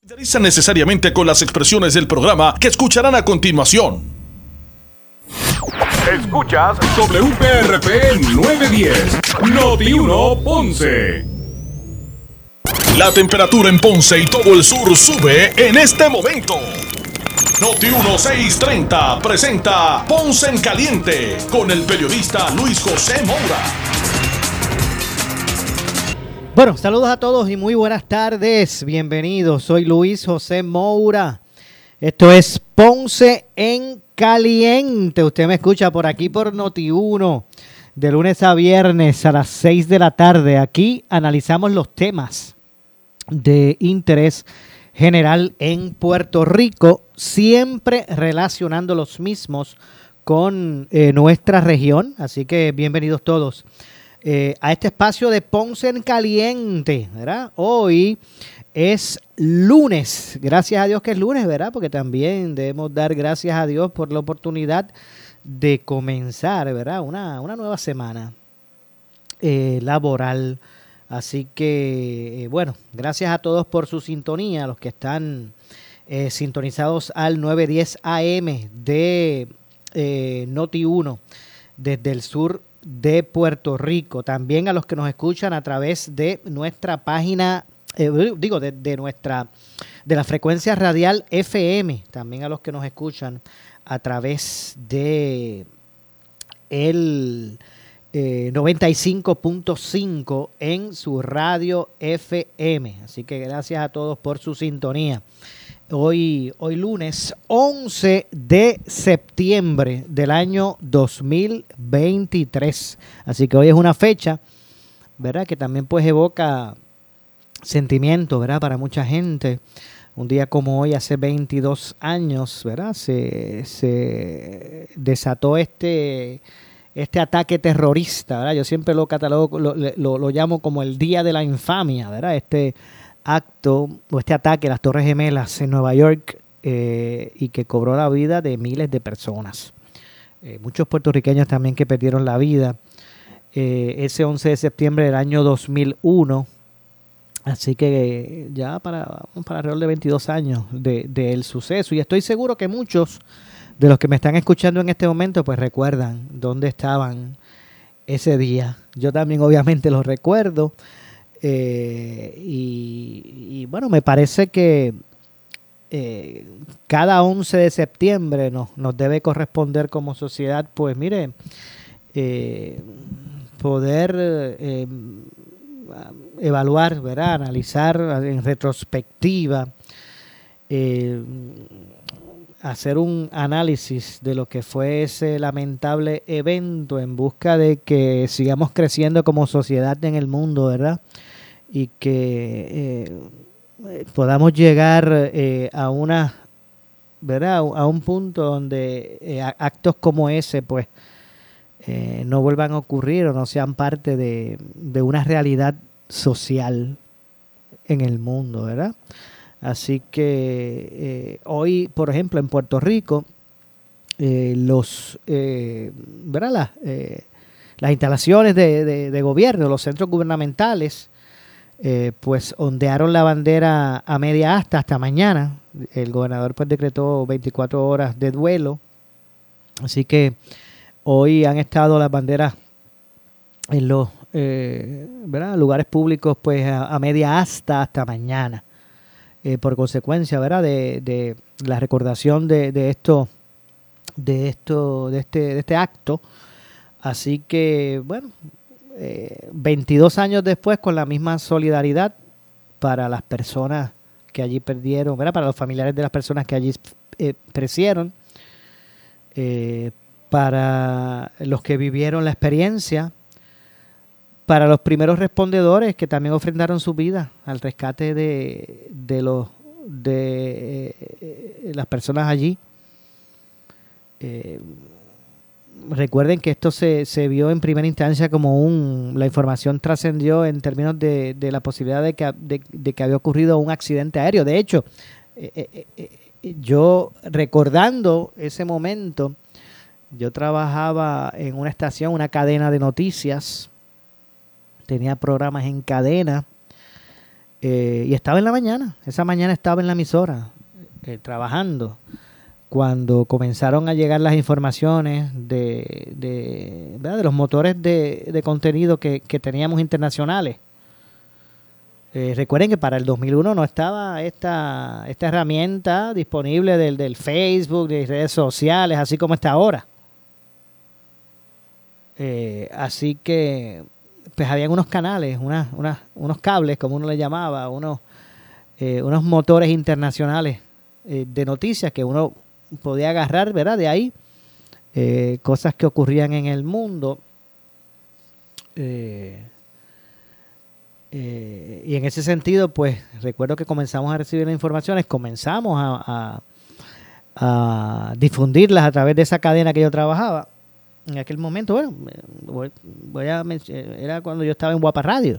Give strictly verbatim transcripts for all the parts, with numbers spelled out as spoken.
Realizan necesariamente con las expresiones del programa que escucharán a continuación. Escuchas W P R P nueve diez, Noti uno Ponce. La temperatura en Ponce y todo el sur sube en este momento. Noti uno seiscientos treinta presenta Ponce en Caliente con el periodista Luis José Moura. Bueno, saludos a todos y muy buenas tardes. Bienvenidos. Soy Luis José Moura. Esto es Ponce en Caliente. Usted me escucha por aquí por Noti uno de lunes a viernes a las seis de la tarde. Aquí analizamos los temas de interés general en Puerto Rico, siempre relacionando los mismos con eh, nuestra región. Así que bienvenidos todos. Eh, a este espacio de Ponce en Caliente, ¿verdad? Hoy es lunes, gracias a Dios que es lunes, ¿verdad? Porque también debemos dar gracias a Dios por la oportunidad de comenzar, ¿verdad? Una, una nueva semana eh, laboral. Así que, eh, bueno, gracias a todos por su sintonía, a los que están eh, sintonizados al nueve diez A M de eh, Noti uno desde el sur de Puerto Rico, también a los que nos escuchan a través de nuestra página, eh, digo, de, de nuestra, de la frecuencia radial F M, también a los que nos escuchan a través de el eh, noventa y cinco punto cinco en su radio F M. Así que gracias a todos por su sintonía. Hoy, hoy lunes once de septiembre del año dos mil veintitrés. Así que hoy es una fecha, ¿verdad?, que también pues evoca sentimientos, ¿verdad?, para mucha gente. Un día como hoy, hace veintidós años, ¿verdad?, se, se desató este, este ataque terrorista, ¿verdad? Yo siempre lo catalogo, lo, lo, lo llamo como el Día de la Infamia, ¿verdad? Este acto o este ataque a las Torres Gemelas en Nueva York eh, y que cobró la vida de miles de personas. Eh, muchos puertorriqueños también que perdieron la vida eh, ese once de septiembre del año dos mil uno. Así que ya para, para alrededor de veintidós años del de, de suceso. Y estoy seguro que muchos de los que me están escuchando en este momento pues recuerdan dónde estaban ese día. Yo también obviamente los recuerdo. Eh, y, y bueno, me parece que eh, cada once de septiembre nos, nos debe corresponder como sociedad, pues mire, eh, poder eh, evaluar, ¿verdad?, analizar en retrospectiva, eh, hacer un análisis de lo que fue ese lamentable evento en busca de que sigamos creciendo como sociedad en el mundo, ¿verdad? Y que eh, podamos llegar eh, a una, ¿verdad?, a un punto donde eh, actos como ese pues eh, no vuelvan a ocurrir o no sean parte de, de una realidad social en el mundo, ¿verdad? Así que eh, hoy, por ejemplo, en Puerto Rico, eh, los, eh, ¿verdad?, las, eh, las instalaciones de, de, de gobierno, los centros gubernamentales, Eh, pues ondearon la bandera a media asta hasta mañana. El gobernador pues decretó veinticuatro horas de duelo. Así que hoy han estado las banderas en los eh, ¿verdad?, lugares públicos pues a, a media asta hasta mañana. Eh, por consecuencia, ¿verdad?, de, de la recordación de, de esto, de esto, de este, de este acto. Así que, bueno, Eh, veintidós años después, con la misma solidaridad para las personas que allí perdieron, ¿verdad?, para los familiares de las personas que allí eh, perecieron, eh, para los que vivieron la experiencia, para los primeros respondedores que también ofrendaron su vida al rescate de, de, los, de eh, las personas allí. Eh, Recuerden que esto se, se vio en primera instancia como un... La información trascendió en términos de, de la posibilidad de que, de, de que había ocurrido un accidente aéreo. De hecho, eh, eh, eh, yo recordando ese momento, yo trabajaba en una estación, una cadena de noticias, tenía programas en cadena Eh, y estaba en la mañana, esa mañana estaba en la emisora, eh, trabajando, cuando comenzaron a llegar las informaciones de, de, ¿verdad? de los motores de, de contenido que, que teníamos internacionales. Eh, recuerden que para el dos mil uno no estaba esta, esta herramienta disponible del, del Facebook, de redes sociales, así como está ahora. Eh, así que pues habían unos canales, unas, unas, unos cables, como uno le llamaba, unos, eh, unos motores internacionales eh, de noticias que uno podía agarrar, ¿verdad? De ahí, eh, cosas que ocurrían en el mundo. Eh, eh, y en ese sentido, pues, recuerdo que comenzamos a recibir las informaciones, comenzamos a, a, a difundirlas a través de esa cadena que yo trabajaba. En aquel momento, bueno, voy, voy a era cuando yo estaba en Guapa Radio.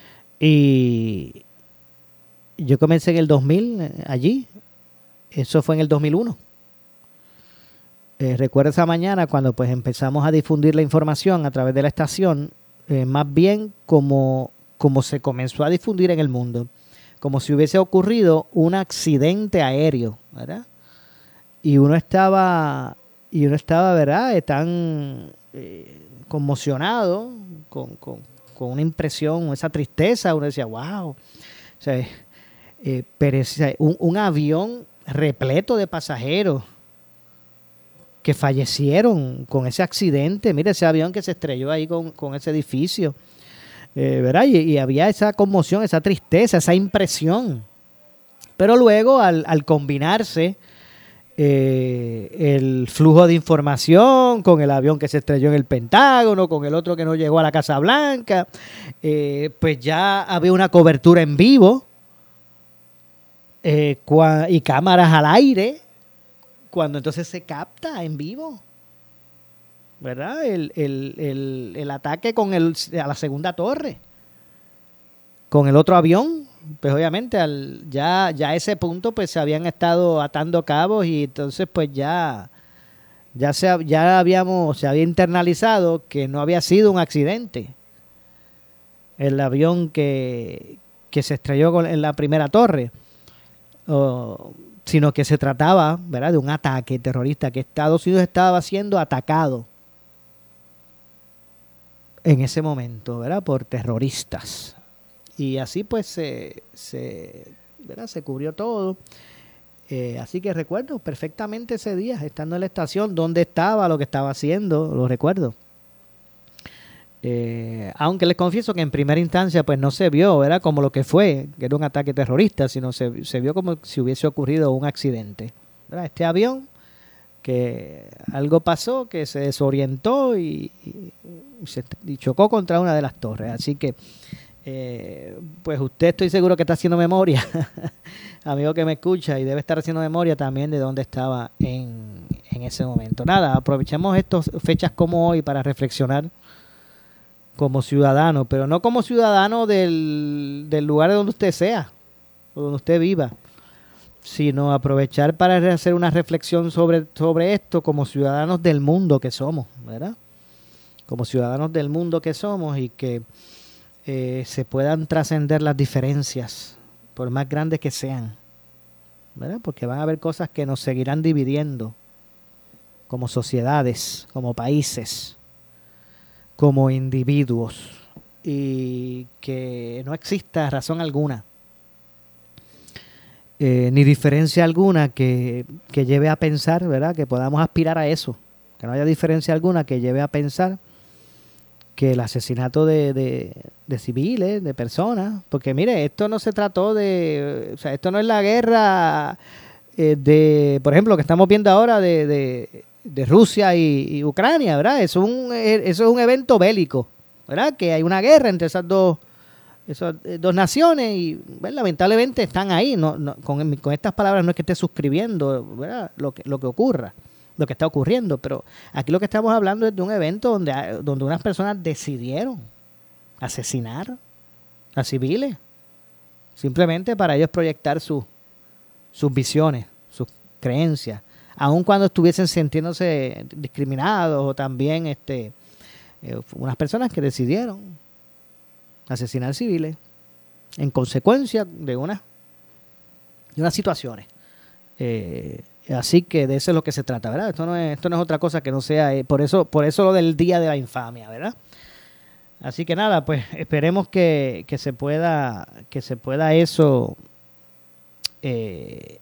Y yo comencé en el dos mil allí. Eso fue en el dos mil uno. Eh, recuerdo esa mañana cuando pues empezamos a difundir la información a través de la estación, eh, más bien como, como se comenzó a difundir en el mundo, como si hubiese ocurrido un accidente aéreo, ¿verdad? Y uno estaba, y uno estaba, ¿verdad? Tan eh, conmocionado, con, con, con una impresión, esa tristeza. Uno decía, wow, o sea, eh, perece, un, un avión repleto de pasajeros que fallecieron con ese accidente. Mira ese avión que se estrelló ahí con, con ese edificio, eh, ¿verdad? Y, y había esa conmoción, esa tristeza, esa impresión. Pero luego al, al combinarse eh, el flujo de información con el avión que se estrelló en el Pentágono, con el otro que no llegó a la Casa Blanca, eh, pues ya había una cobertura en vivo eh, cua- y cámaras al aire, cuando entonces se capta en vivo, ¿verdad? El, el, el, el ataque con el, a la segunda torre, con el otro avión. Pues obviamente al, ya, ya a ese punto pues se habían estado atando cabos y entonces pues ya, ya, se, ya habíamos, se había internalizado que no había sido un accidente el avión que, que se estrelló con, en la primera torre. Oh, sino que se trataba, ¿verdad?, de un ataque terrorista, que Estados Unidos estaba siendo atacado en ese momento, ¿verdad?, por terroristas. Y así pues se, se, ¿verdad?, se cubrió todo. Eh, así que recuerdo perfectamente ese día, estando en la estación, dónde estaba, lo que estaba haciendo, lo recuerdo. Eh, aunque les confieso que en primera instancia pues no se vio, ¿verdad?, como lo que fue, que era un ataque terrorista, sino se, se vio como si hubiese ocurrido un accidente, ¿verdad? Este avión, que algo pasó, que se desorientó y, y, y, se, y chocó contra una de las torres. Así que eh, pues usted, estoy seguro que está haciendo memoria, amigo que me escucha, y debe estar haciendo memoria también de dónde estaba en, en ese momento. Nada, aprovechemos estas fechas como hoy para reflexionar como ciudadano, pero no como ciudadano del, del lugar donde usted sea, o donde usted viva, sino aprovechar para hacer una reflexión sobre, sobre esto como ciudadanos del mundo que somos, ¿verdad? Como ciudadanos del mundo que somos, y que eh, se puedan trascender las diferencias, por más grandes que sean, ¿verdad? Porque van a haber cosas que nos seguirán dividiendo como sociedades, como países, como individuos, y que no exista razón alguna, eh, ni diferencia alguna que, que lleve a pensar, ¿verdad?, que podamos aspirar a eso, que no haya diferencia alguna que lleve a pensar que el asesinato de, de, de civiles, de personas, porque mire, esto no se trató de, o sea, esto no es la guerra eh, de, por ejemplo, que estamos viendo ahora de, de de Rusia y, y Ucrania, ¿verdad? Eso es un, eso es un evento bélico, ¿verdad? Que hay una guerra entre esas dos, esas dos naciones y, bueno, lamentablemente están ahí. No, no, con, con estas palabras no es que esté suscribiendo, ¿verdad?, lo que, lo que ocurra, lo que está ocurriendo, pero aquí lo que estamos hablando es de un evento donde, donde unas personas decidieron asesinar a civiles, simplemente para ellos proyectar su, sus visiones, sus creencias, aun cuando estuviesen sintiéndose discriminados, o también este, eh, unas personas que decidieron asesinar civiles. en consecuencia de, una, de unas situaciones. Eh, así que de eso es lo que se trata, ¿verdad? Esto no es, esto no es otra cosa que no sea, eh, por eso, por eso lo del día de la infamia, ¿verdad? Así que nada, pues esperemos que, que se pueda, que se pueda eso, eh,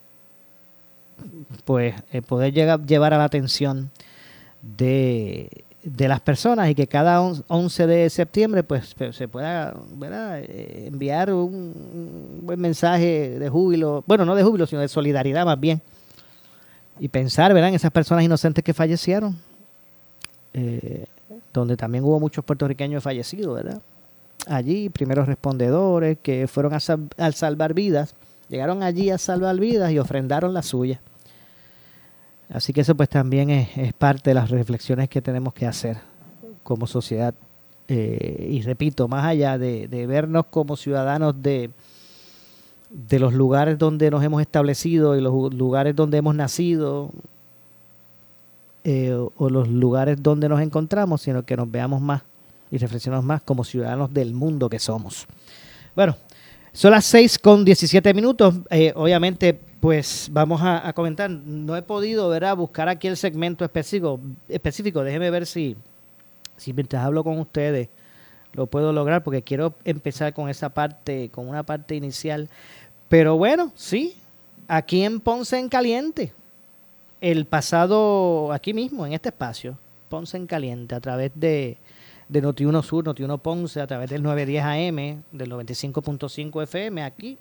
pues eh, poder llegar, llevar a la atención de, de las personas y que cada once de septiembre pues se pueda, ¿verdad?, eh, enviar un, un buen mensaje de júbilo, bueno, no de júbilo, sino de solidaridad más bien, y pensar, ¿verdad?, en esas personas inocentes que fallecieron, eh, donde también hubo muchos puertorriqueños fallecidos, ¿verdad? Allí, primeros respondedores que fueron a, sal, a salvar vidas, llegaron allí a salvar vidas y ofrendaron la suya. Así que eso pues también es, es parte de las reflexiones que tenemos que hacer como sociedad. Eh, y repito, más allá de, de vernos como ciudadanos de, de los lugares donde nos hemos establecido y los lugares donde hemos nacido, eh, o, o los lugares donde nos encontramos, sino que nos veamos más y reflexionemos más como ciudadanos del mundo que somos. Bueno, son las seis con diecisiete minutos. Eh, obviamente, pues vamos a, a comentar. No he podido, ¿verdad?, buscar aquí el segmento específico. específico. Déjeme ver si, si mientras hablo con ustedes lo puedo lograr, porque quiero empezar con esa parte, con una parte inicial. Pero bueno, sí, aquí en Ponce en Caliente, el pasado, aquí mismo, en este espacio, Ponce en Caliente, a través de, de Noti uno Sur, Noti uno Ponce, a través del nueve diez A M, del noventa y cinco punto cinco F M, aquí,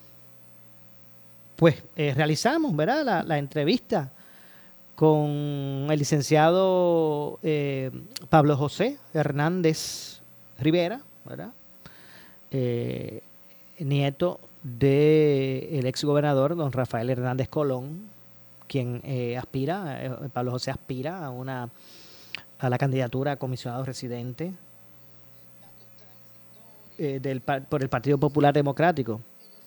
pues eh, realizamos, ¿verdad?, la, la entrevista con el licenciado eh, Pablo José Hernández Rivera, ¿verdad?, eh, nieto del exgobernador don Rafael Hernández Colón, quien eh, aspira, eh, Pablo José aspira a una a la candidatura a comisionado residente eh, del, por el Partido Popular Democrático.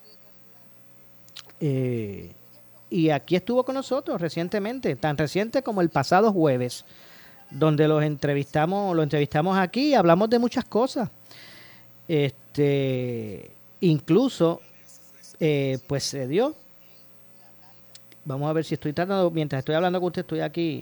Eh, y aquí estuvo con nosotros recientemente, tan reciente como el pasado jueves, donde los entrevistamos, lo entrevistamos aquí y hablamos de muchas cosas. Este, incluso, eh, pues se dio. Vamos a ver si estoy tratando, mientras estoy hablando con usted, estoy aquí.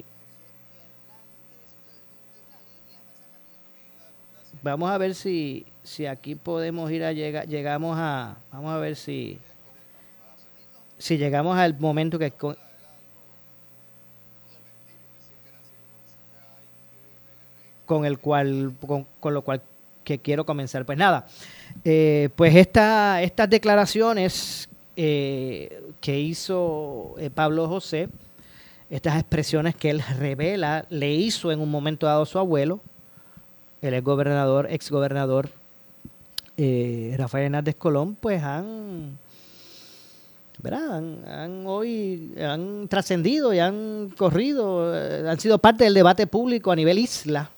Vamos a ver si, si aquí podemos ir a llegar, llegamos a, vamos a ver si, si llegamos al momento que con, con el cual, con, con lo cual que quiero comenzar. Pues nada, eh, pues esta, estas declaraciones eh, que hizo eh, Pablo José, estas expresiones que él revela, le hizo en un momento dado a su abuelo, el exgobernador, exgobernador eh, Rafael Hernández Colón, pues han, ¿verdad? Han, han hoy han trascendido y han corrido, eh, han sido parte del debate público a nivel isla.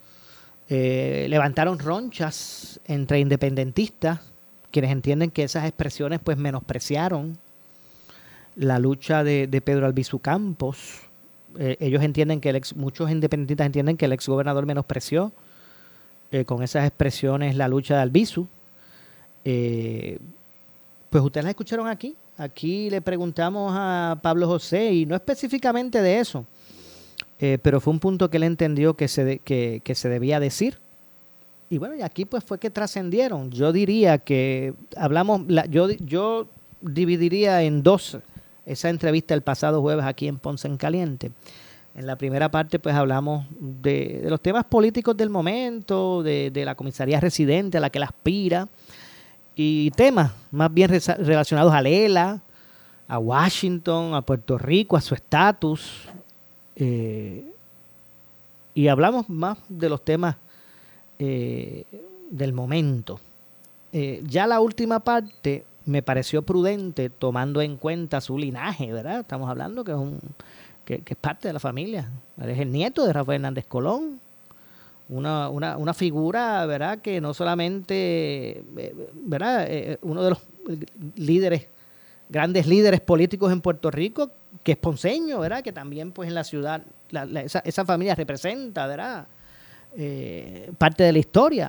Eh, levantaron ronchas entre independentistas, quienes entienden que esas expresiones pues menospreciaron la lucha de, de Pedro Albizu Campos. Eh, ellos entienden que el ex, muchos independentistas entienden que el exgobernador menospreció eh, con esas expresiones la lucha de Albizu. Eh, pues ustedes la escucharon aquí. Aquí le preguntamos a Pablo José, y no específicamente de eso, eh, pero fue un punto que él entendió que se, de, que, que se debía decir. Y bueno, y aquí pues fue que trascendieron. Yo diría que hablamos, la, yo, yo dividiría en dos esa entrevista el pasado jueves aquí en Ponce en Caliente. En la primera parte pues hablamos de, de los temas políticos del momento, de, de la comisaría residente a la que él aspira, y temas más bien re- relacionados a Lela, a Washington, a Puerto Rico, a su estatus. Eh, y hablamos más de los temas eh, del momento. Eh, ya la última parte me pareció prudente, tomando en cuenta su linaje, ¿verdad? Estamos hablando que es, un, que, que es parte de la familia. Él es el nieto de Rafael Hernández Colón. Una, una, una figura, ¿verdad?, que no solamente, ¿verdad?, eh, uno de los líderes, grandes líderes políticos en Puerto Rico, que es ponceño, ¿verdad?, que también pues en la ciudad, la, la, esa, esa familia representa, ¿verdad?, eh, parte de la historia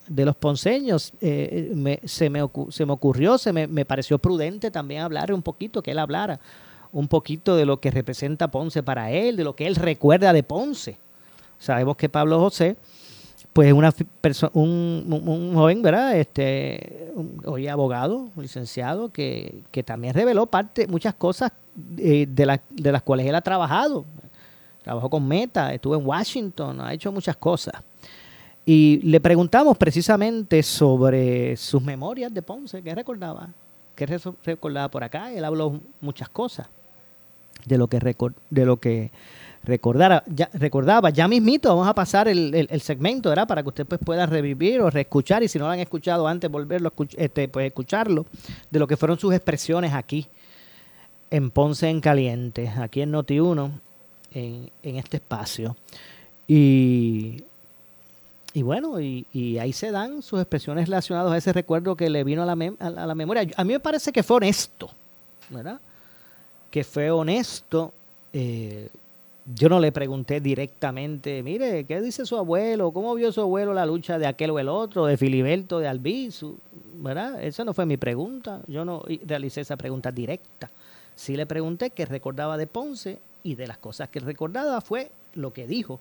de los ponceños, eh, me, se, me ocu- se me ocurrió, se me, me pareció prudente también hablar un poquito, que él hablara un poquito de lo que representa Ponce para él, de lo que él recuerda de Ponce. Sabemos que Pablo José, pues una perso- un, un, un joven, ¿verdad? Este, un, hoy abogado, licenciado, que, que también reveló parte, muchas cosas eh, de, la, de las cuales él ha trabajado. Trabajó con Meta, estuvo en Washington, ha hecho muchas cosas. Y le preguntamos precisamente sobre sus memorias de Ponce, qué recordaba, qué re- recordaba por acá. Él habló muchas cosas de lo que, recor- de lo que recordara, ya, recordaba. Ya mismito vamos a pasar el, el, el segmento, ¿verdad? Para que usted pues, pueda revivir o reescuchar, y si no lo han escuchado antes, volverlo a escuch- este, pues, escucharlo, de lo que fueron sus expresiones aquí en Ponce en Caliente, aquí en Noti uno, en, en este espacio. Y... Y bueno, y, y ahí se dan sus expresiones relacionadas a ese recuerdo que le vino a la, mem- a la, a la memoria. A mí me parece que fue honesto, ¿verdad? Que fue honesto. Eh, yo no le pregunté directamente, mire, ¿qué dice su abuelo? ¿Cómo vio su abuelo la lucha de aquel o el otro, de Filiberto, de Albizu? ¿Verdad? Esa no fue mi pregunta. Yo no realicé esa pregunta directa. Sí le pregunté qué recordaba de Ponce, y de las cosas que recordaba fue lo que dijo.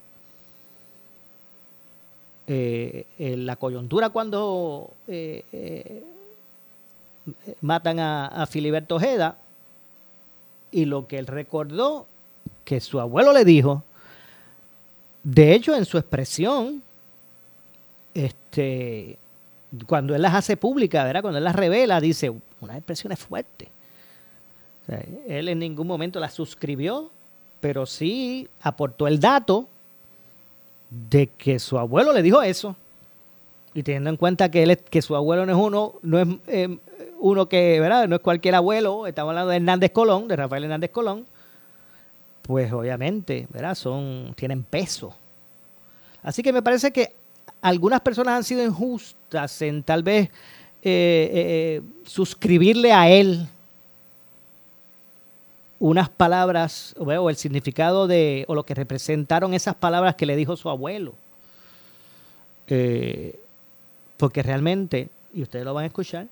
Eh, eh, la coyuntura cuando eh, eh, matan a, a Filiberto Ojeda, y lo que él recordó que su abuelo le dijo. De hecho, en su expresión, este, cuando él las hace públicas, ¿verdad? Cuando él las revela, dice unas expresiones fuertes. O sea, él en ningún momento las suscribió, pero sí aportó el dato de que su abuelo le dijo eso, y teniendo en cuenta que él es, que su abuelo no es uno, no es eh, uno que, ¿verdad? No es cualquier abuelo, estamos hablando de Hernández Colón, de Rafael Hernández Colón, pues obviamente, ¿verdad? Son, tienen peso. Así que me parece que algunas personas han sido injustas en tal vez eh, eh, suscribirle a él unas palabras, o el significado de, o lo que representaron esas palabras que le dijo su abuelo. Eh, porque realmente, y ustedes lo van a escuchar,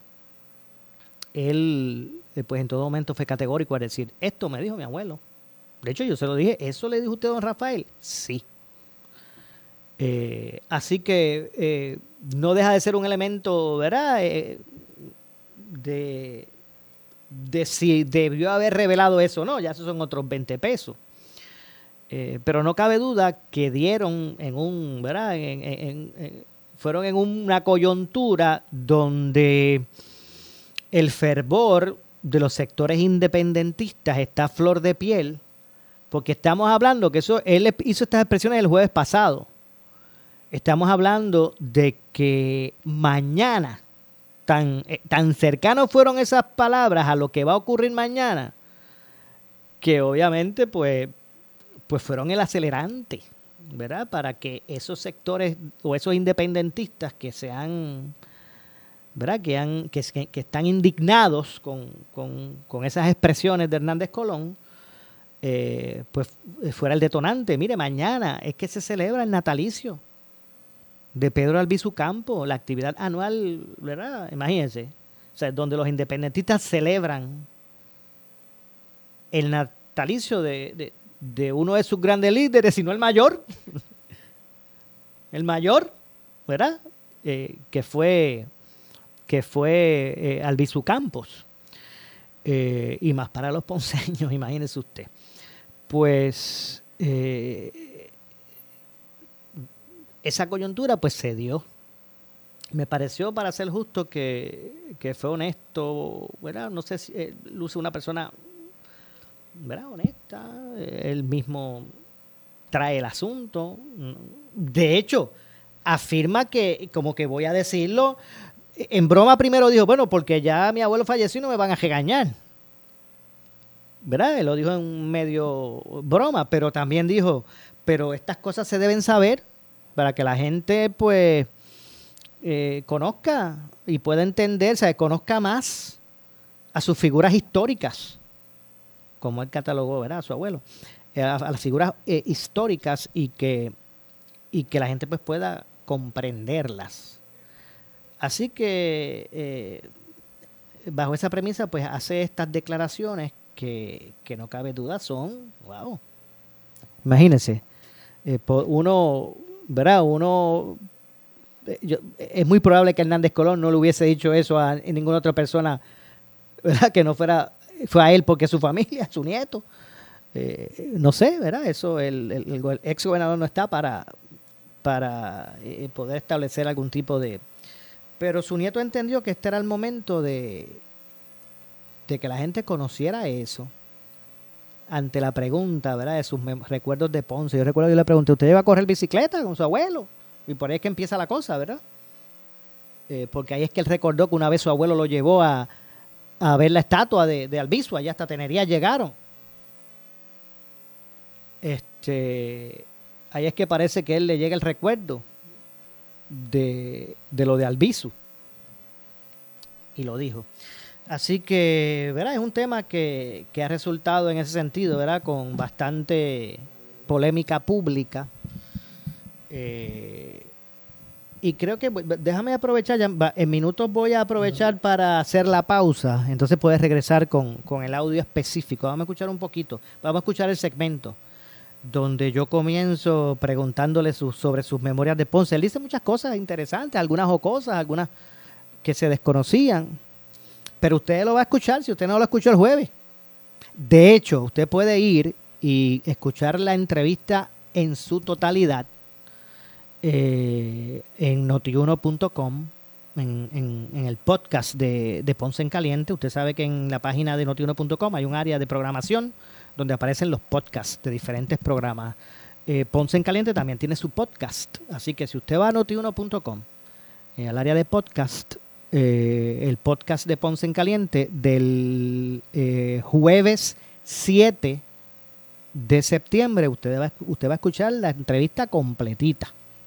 él pues en todo momento fue categórico al decir, esto me dijo mi abuelo. De hecho, yo se lo dije, ¿eso le dijo usted a don Rafael? Sí. Eh, así que eh, no deja de ser un elemento, ¿verdad? Eh, de... de si debió haber revelado eso o no, ya esos son otros veinte pesos. Eh, pero no cabe duda que dieron en un, ¿verdad? En, en, en, fueron en una coyuntura donde el fervor de los sectores independentistas está a flor de piel, porque estamos hablando que eso, él hizo estas expresiones el jueves pasado. Estamos hablando de que mañana, Tan, eh, tan cercanos fueron esas palabras a lo que va a ocurrir mañana, que obviamente pues, pues fueron el acelerante, ¿verdad? Para que esos sectores o esos independentistas que se han, ¿verdad? Que, han, que, que, que están indignados con, con, con esas expresiones de Hernández Colón, eh, pues fuera el detonante. Mire, mañana es que se celebra el natalicio de Pedro Albizu Campos, la actividad anual, ¿verdad? Imagínense, o sea, donde los independentistas celebran el natalicio de, de, de uno de sus grandes líderes, si no el mayor, el mayor, ¿verdad? Eh, que fue, que fue eh, Albizu Campos, eh, y más para los ponceños, imagínese usted. Pues... Eh, esa coyuntura pues se dio. Me pareció, para ser justo, que, que fue honesto, ¿verdad? No sé si eh, luce una persona, ¿verdad? Honesta. Eh, él mismo trae el asunto. De hecho, afirma que, como que voy a decirlo, en broma primero dijo, bueno, porque ya mi abuelo falleció y no me van a regañar. ¿Verdad? Él lo dijo en medio broma, pero también dijo, pero estas cosas se deben saber para que la gente pues eh, conozca y pueda entender, o sea, conozca más a sus figuras históricas, como él catalogó, ¿verdad? A su abuelo, eh, a, a las figuras eh, históricas, y que, y que la gente pues pueda comprenderlas. así que eh, bajo esa premisa, pues hace estas declaraciones que, que no cabe duda son, wow, imagínense, eh, uno, ¿verdad? Uno, eh, yo, es muy probable que Hernández Colón no le hubiese dicho eso a, a ninguna otra persona, ¿verdad? Que no fuera, fue a él porque es su familia, su nieto, eh, no sé, ¿verdad? Eso, el, el, el ex gobernador no está para, para eh, poder establecer algún tipo de... Pero su nieto entendió que este era el momento de, de que la gente conociera eso. Ante la pregunta, ¿verdad?, de sus recuerdos de Ponce. Yo recuerdo que yo le pregunté, ¿usted iba a correr bicicleta con su abuelo? Y por ahí es que empieza la cosa, ¿verdad? Eh, porque ahí es que él recordó que una vez su abuelo lo llevó a, a ver la estatua de, de Albizu. Allá hasta Tenería llegaron. Este, ahí es que parece que él le llega el recuerdo de, de lo de Albizu. Y lo dijo. Así que, ¿verdad? Es un tema que, que ha resultado en ese sentido, ¿verdad?, con bastante polémica pública. Eh, y creo que, déjame aprovechar, ya, en minutos voy a aprovechar para hacer la pausa, entonces puedes regresar con, con el audio específico. Vamos a escuchar un poquito, vamos a escuchar el segmento donde yo comienzo preguntándole su, sobre sus memorias de Ponce. Él dice muchas cosas interesantes, algunas jocosas, algunas que se desconocían. Pero usted lo va a escuchar si usted no lo escuchó el jueves. De hecho, usted puede ir y escuchar la entrevista en su totalidad eh, en noti uno punto com, en, en, en el podcast de, de Ponce en Caliente. Usted sabe que en la página de noti uno punto com hay un área de programación donde aparecen los podcasts de diferentes programas. Eh, Ponce en Caliente también tiene su podcast. Así que si usted va a noti uno punto com, eh, al área de podcast, Eh, el podcast de Ponce en Caliente del eh, jueves siete de septiembre, usted va, usted va a escuchar la entrevista completita.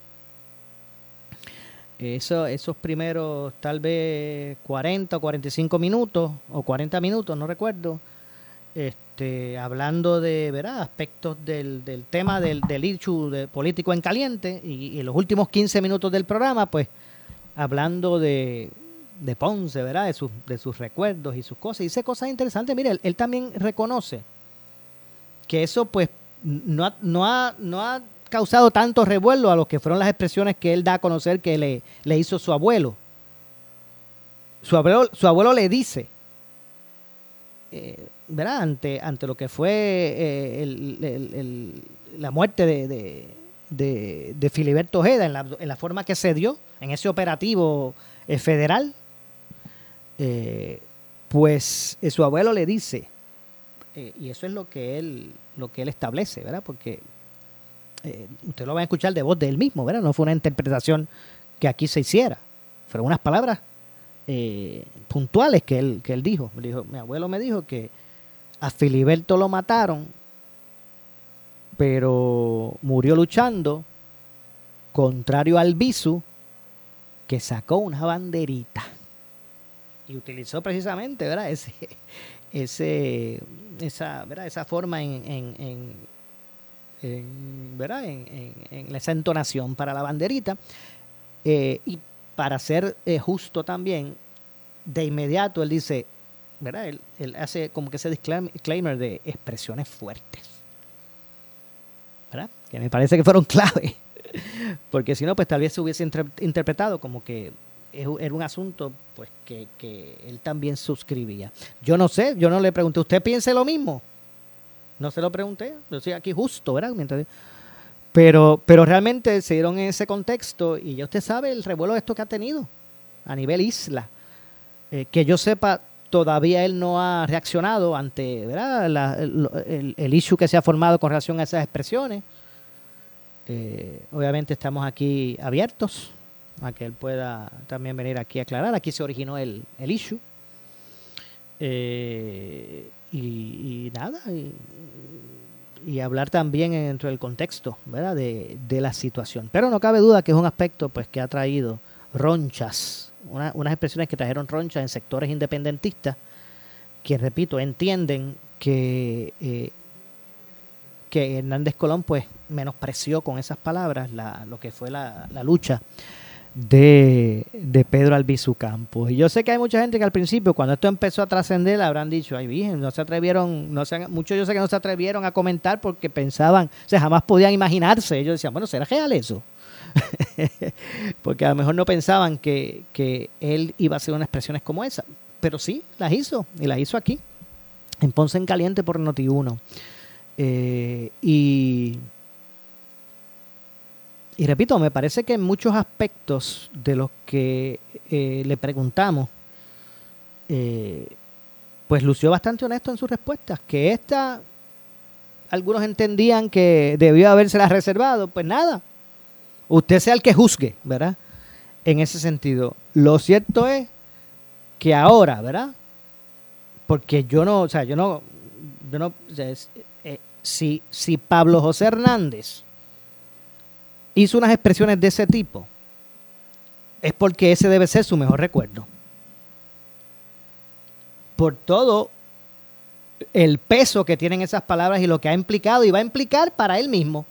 Eso, esos primeros tal vez cuarenta o cuarenta y cinco minutos o cuarenta minutos, no recuerdo, este, hablando de, ¿verdad?, aspectos del, del tema del, del issue de político en caliente, y, y los últimos quince minutos del programa, pues hablando de de Ponce, ¿verdad?, de sus, de sus recuerdos y sus cosas. Y dice cosas interesantes. Mire, él, él también reconoce que eso, pues, no ha, no ha, no ha causado tanto revuelo a lo que fueron las expresiones que él da a conocer que le, le hizo su abuelo. Su abuelo, su abuelo le dice, eh, ¿verdad?, ante, ante lo que fue eh, el, el, el, la muerte de, de, de, de Filiberto Ojeda, en la, en la forma que se dio en ese operativo eh, federal. Eh, pues eh, su abuelo le dice, eh, y eso es lo que él lo que él establece, ¿verdad? Porque eh, usted lo va a escuchar de voz de él mismo, ¿verdad? No fue una interpretación que aquí se hiciera, fueron unas palabras eh, puntuales que él que él dijo. dijo. Mi abuelo me dijo que a Filiberto lo mataron, pero murió luchando, contrario al Albizu, que sacó una banderita. Y utilizó precisamente, ¿verdad?, ese, ese, esa, ¿verdad?, esa forma en, en, en, en ¿verdad?, en, en, en esa entonación para la banderita. Eh, y para ser eh, justo también, de inmediato él dice, ¿verdad?, él, él hace como que ese disclaimer de expresiones fuertes, ¿verdad?, que me parece que fueron clave, porque si no, pues tal vez se hubiese inter- interpretado como que era un asunto, pues, que, que él también suscribía. Yo no sé, yo no le pregunté, ¿usted piensa lo mismo? No se lo pregunté, yo estoy aquí justo, ¿verdad? Mientras, pero, pero realmente se dieron en ese contexto, y ya usted sabe el revuelo de esto que ha tenido a nivel isla. Eh, que yo sepa, todavía él no ha reaccionado ante, ¿verdad?, la, el, el, el issue que se ha formado con relación a esas expresiones. Eh, obviamente estamos aquí abiertos a que él pueda también venir aquí a aclarar. Aquí se originó el, el issue. Eh, y, y nada, y, y hablar también dentro del contexto, ¿verdad?, de, de la situación. Pero no cabe duda que es un aspecto, pues, que ha traído ronchas, una, unas expresiones que trajeron ronchas en sectores independentistas que, repito, entienden que, eh, que Hernández Colón, pues, menospreció con esas palabras la, lo que fue la, la lucha de, de Pedro Albizu Campos. Y yo sé que hay mucha gente que al principio, cuando esto empezó a trascender, habrán dicho, ay virgen, no se atrevieron, no se, muchos yo sé que no se atrevieron a comentar porque pensaban, o sea, jamás podían imaginarse. Ellos decían, bueno, ¿será real eso? Porque a lo mejor no pensaban que, que él iba a hacer unas expresiones como esa. Pero sí, las hizo, y las hizo aquí, en Ponce en Caliente por Noti uno. Eh, y... Y repito, me parece que en muchos aspectos de los que eh, le preguntamos, eh, pues lució bastante honesto en sus respuestas. Que esta, algunos entendían que debió habérselas reservado. Pues nada, usted sea el que juzgue, ¿verdad? En ese sentido. Lo cierto es que ahora, ¿verdad? Porque yo no, o sea, yo no, yo no, o sea, es, eh, si, si Pablo José Hernández hizo unas expresiones de ese tipo, es porque ese debe ser su mejor recuerdo. Por todo el peso que tienen esas palabras y lo que ha implicado y va a implicar para él mismo.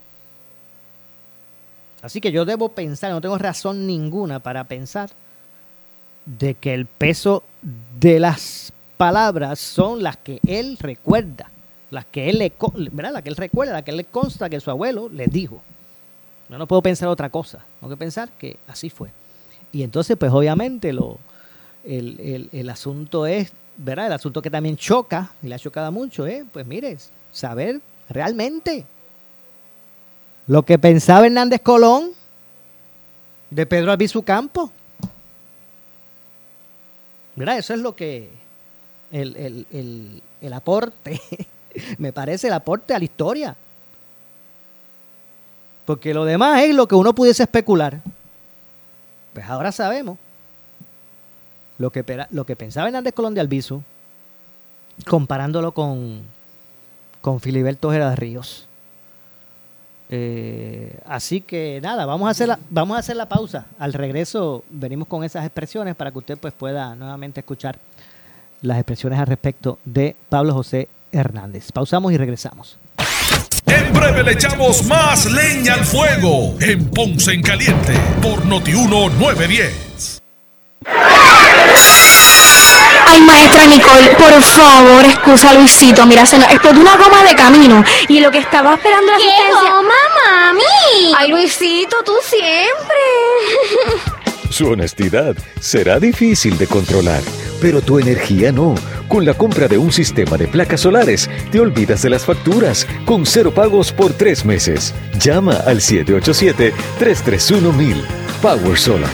Así que yo debo pensar, no tengo razón ninguna para pensar de que el peso de las palabras son las que él recuerda, las que él le, ¿verdad? Las que él recuerda, las que él le consta que su abuelo le dijo. Yo no puedo pensar otra cosa, tengo que pensar que así fue. Y entonces, pues obviamente lo, el, el, el asunto es, ¿verdad? El asunto que también choca, y le ha chocado mucho, es, pues mire, saber realmente lo que pensaba Hernández Colón de Pedro Albizu Campos. ¿Verdad? Eso es lo que, el, el, el, el aporte, me parece el aporte a la historia. Porque lo demás es lo que uno pudiese especular. Pues ahora sabemos lo que, lo que pensaba Hernández Colón de Albizu, comparándolo con, con Filiberto Ojeda Ríos. Eh, así que nada, vamos a hacer la, vamos a hacer la pausa. Al regreso venimos con esas expresiones para que usted pues pueda nuevamente escuchar las expresiones al respecto de Pablo José Hernández. Pausamos y regresamos. En breve le echamos más leña al fuego en Ponce en Caliente por Noti uno nueve diez. Ay, maestra Nicole, por favor, excusa a Luisito. Mira, se nos explotó una goma de camino y lo que estaba esperando la asistencia... ¿Qué goma, mami? Ay, Luisito, tú siempre. Su honestidad será difícil de controlar, pero tu energía no. Con la compra de un sistema de placas solares, te olvidas de las facturas, con cero pagos por tres meses. Llama al siete ocho siete, tres tres uno, mil. Power Solar.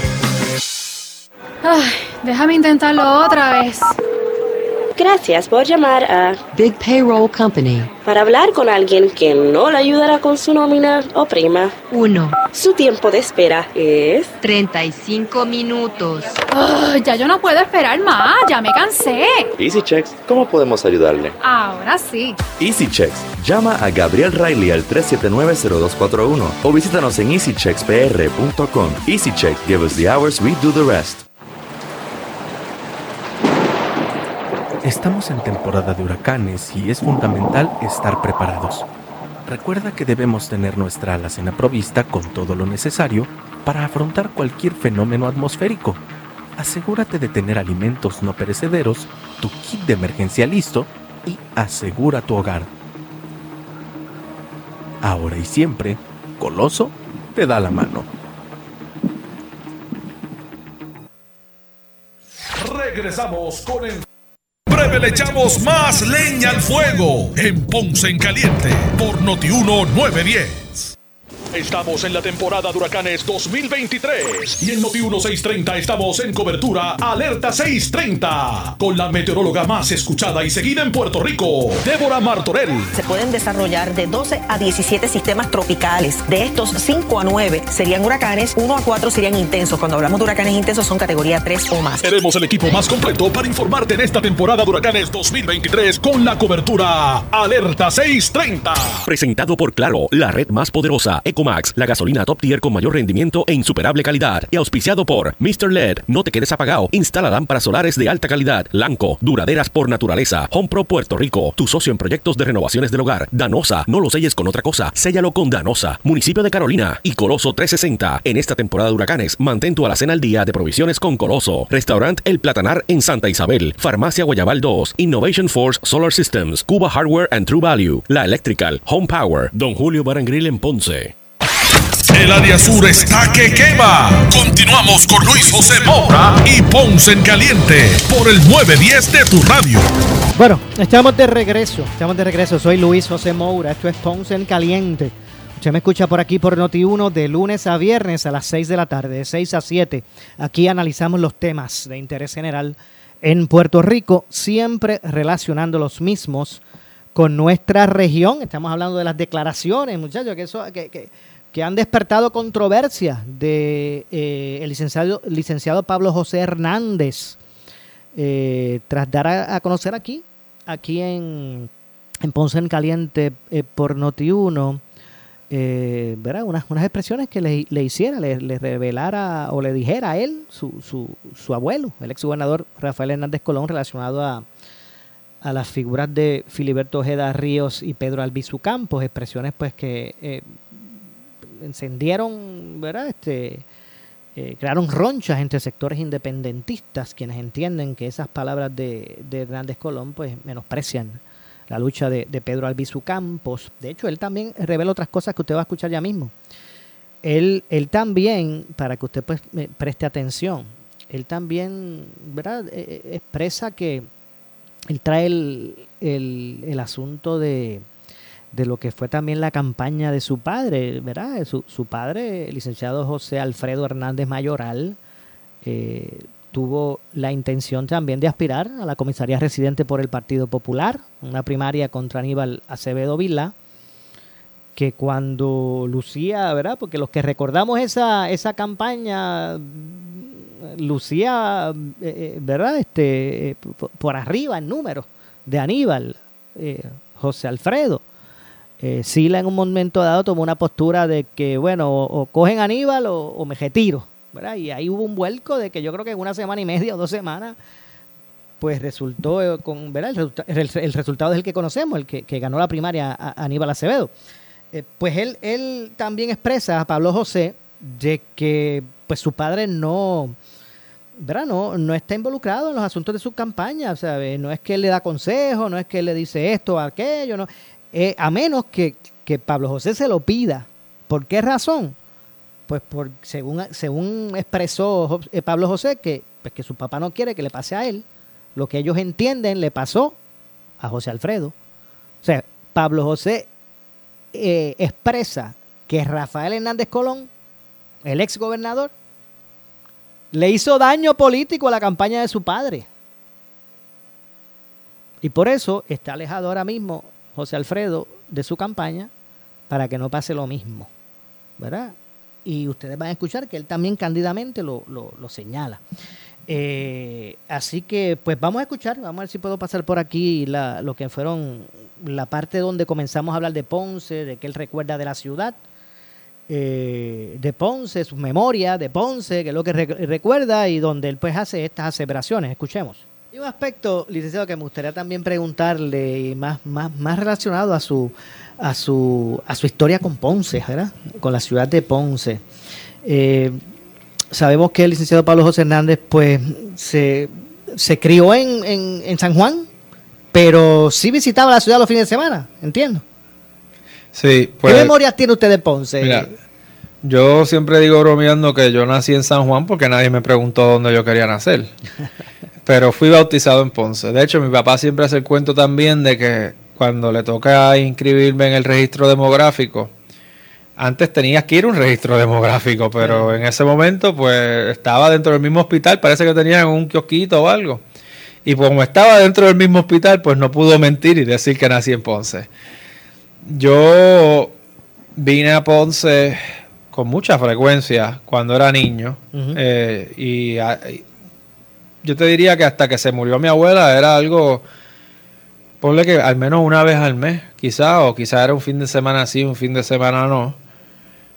Ay, déjame intentarlo otra vez. Gracias por llamar a Big Payroll Company. Para hablar con alguien que no le ayudará con su nómina o prima. Uno. Su tiempo de espera es... treinta y cinco minutos. Oh, ya yo no puedo esperar más, ya me cansé. EasyChecks, ¿cómo podemos ayudarle? Ahora sí. EasyChecks, llama a Gabriel Riley al tres siete nueve, cero dos cuatro uno o visítanos en easy checks p r punto com. EasyChecks, give us the hours, we do the rest. Estamos en temporada de huracanes y es fundamental estar preparados. Recuerda que debemos tener nuestra alacena provista con todo lo necesario para afrontar cualquier fenómeno atmosférico. Asegúrate de tener alimentos no perecederos, tu kit de emergencia listo y asegura tu hogar. Ahora y siempre, Coloso te da la mano. Regresamos con el... breve le echamos más leña al fuego en Ponce en Caliente por Noti uno nueve diez. Estamos en la temporada de huracanes dos mil veintitrés y en Noti uno seiscientos treinta estamos en cobertura Alerta seiscientos treinta con la meteoróloga más escuchada y seguida en Puerto Rico, Débora Martorell. Se pueden desarrollar de doce a diecisiete sistemas tropicales. De estos, cinco a nueve serían huracanes, uno a cuatro serían intensos. Cuando hablamos de huracanes intensos son categoría tres o más. Tenemos el equipo más completo para informarte en esta temporada de huracanes dos mil veintitrés con la cobertura Alerta seiscientos treinta. Presentado por Claro, la red más poderosa. Ecomax, la gasolina top tier con mayor rendimiento e insuperable calidad. Y auspiciado por mister L E D. No te quedes apagado. Instala lámparas solares de alta calidad. Lanco, duraderas por naturaleza. Home Pro Puerto Rico, tu socio en proyectos de renovaciones del hogar. Danosa, no lo selles con otra cosa. Séllalo con Danosa. Municipio de Carolina y Coloso trescientos sesenta. En esta temporada de huracanes, mantén tu alacena al día de provisiones con Coloso. Restaurant El Platanar en Santa Isabel. Farmacia Guayabal dos. Innovation Force Solar Systems. Cuba Hardware and True Value. La Electrical. Home Power. Don Julio Barangril en Ponce. El área sur está que quema. Continuamos con Luis José Moura y Ponce en Caliente por el nueve diez de tu radio. Bueno, estamos de regreso. Estamos de regreso. Soy Luis José Moura. Esto es Ponce en Caliente. Usted me escucha por aquí por Noti uno de lunes a viernes a las seis de la tarde, de seis a siete. Aquí analizamos los temas de interés general en Puerto Rico, siempre relacionando los mismos con nuestra región. Estamos hablando de las declaraciones, muchachos, que, eso, que, que, que han despertado controversia de eh, el licenciado, licenciado Pablo José Hernández, eh, tras dar a, a conocer aquí, aquí en, en Ponce en Caliente eh, por Noti uno, Eh, ¿verdad? Unas, unas expresiones que le, le hiciera, le, le revelara o le dijera a él, su, su, su abuelo, el exgobernador Rafael Hernández Colón, relacionado a, a las figuras de Filiberto Ojeda Ríos y Pedro Albizu Campos, expresiones pues que eh, encendieron, ¿verdad? Este, eh, crearon ronchas entre sectores independentistas, quienes entienden que esas palabras de, de Hernández Colón pues menosprecian la lucha de, de Pedro Albizu Campos. De hecho, él también revela otras cosas que usted va a escuchar ya mismo. Él, él también, para que usted pues preste atención, él también, ¿verdad? Eh, expresa que él trae el, el, el asunto de, de lo que fue también la campaña de su padre, ¿verdad? Su, su padre, el licenciado José Alfredo Hernández Mayoral, eh, tuvo la intención también de aspirar a la comisaría residente por el Partido Popular, una primaria contra Aníbal Acevedo Vilá, que cuando lucía, ¿verdad? Porque los que recordamos esa, esa campaña, lucía, eh, ¿verdad? Este, por, por arriba en números de Aníbal, eh, José Alfredo. Eh, Sila en un momento dado tomó una postura de que, bueno, o, o cogen a Aníbal o, o me retiro, ¿verdad? Y ahí hubo un vuelco de que yo creo que en una semana y media o dos semanas pues resultó con, ¿verdad? El, el, el resultado es el que conocemos, el que, que ganó la primaria a, a Aníbal Acevedo. Eh, pues él, él también expresa a Pablo José de que pues su padre no, ¿verdad? No, no está involucrado en los asuntos de su campaña, o sea, no es que él le da consejo, no es que él le dice esto o aquello, no, eh, a menos que, que Pablo José se lo pida. ¿Por qué razón? Pues por, según, según expresó Pablo José, que, pues que su papá no quiere que le pase a él, lo que ellos entienden le pasó a José Alfredo. O sea, Pablo José eh, expresa que Rafael Hernández Colón, el ex gobernador, le hizo daño político a la campaña de su padre. Y por eso está alejado ahora mismo José Alfredo de su campaña para que no pase lo mismo, ¿verdad? Y ustedes van a escuchar que él también cándidamente lo, lo, lo señala. Eh, así que, pues vamos a escuchar, vamos a ver si puedo pasar por aquí la, lo que fueron la parte donde comenzamos a hablar de Ponce, de que él recuerda de la ciudad, eh, de Ponce, sus memorias de Ponce, que es lo que re- recuerda y donde él pues hace estas aseveraciones. Escuchemos. Y un aspecto, licenciado, que me gustaría también preguntarle, más, más, más relacionado a su, a su, a su historia con Ponce, ¿verdad? Con la ciudad de Ponce. Eh, sabemos que el licenciado Pablo José Hernández, pues, se, se crió en, en, en San Juan, pero sí visitaba la ciudad los fines de semana, entiendo. Sí, pues, ¿qué memorias tiene usted de Ponce? Mira, yo siempre digo bromeando que yo nací en San Juan porque nadie me preguntó dónde yo quería nacer. Pero fui bautizado en Ponce. De hecho, mi papá siempre hace el cuento también de que cuando le toca inscribirme en el registro demográfico, antes tenías que ir a un registro demográfico, pero en ese momento pues estaba dentro del mismo hospital, parece que tenían un kiosquito o algo. Y como estaba dentro del mismo hospital, pues no pudo mentir y decir que nací en Ponce. Yo vine a Ponce con mucha frecuencia cuando era niño. Uh-huh. eh, y... A, Yo te diría que hasta que se murió mi abuela era algo, ponle que al menos una vez al mes, quizá, o quizá era un fin de semana sí, un fin de semana no.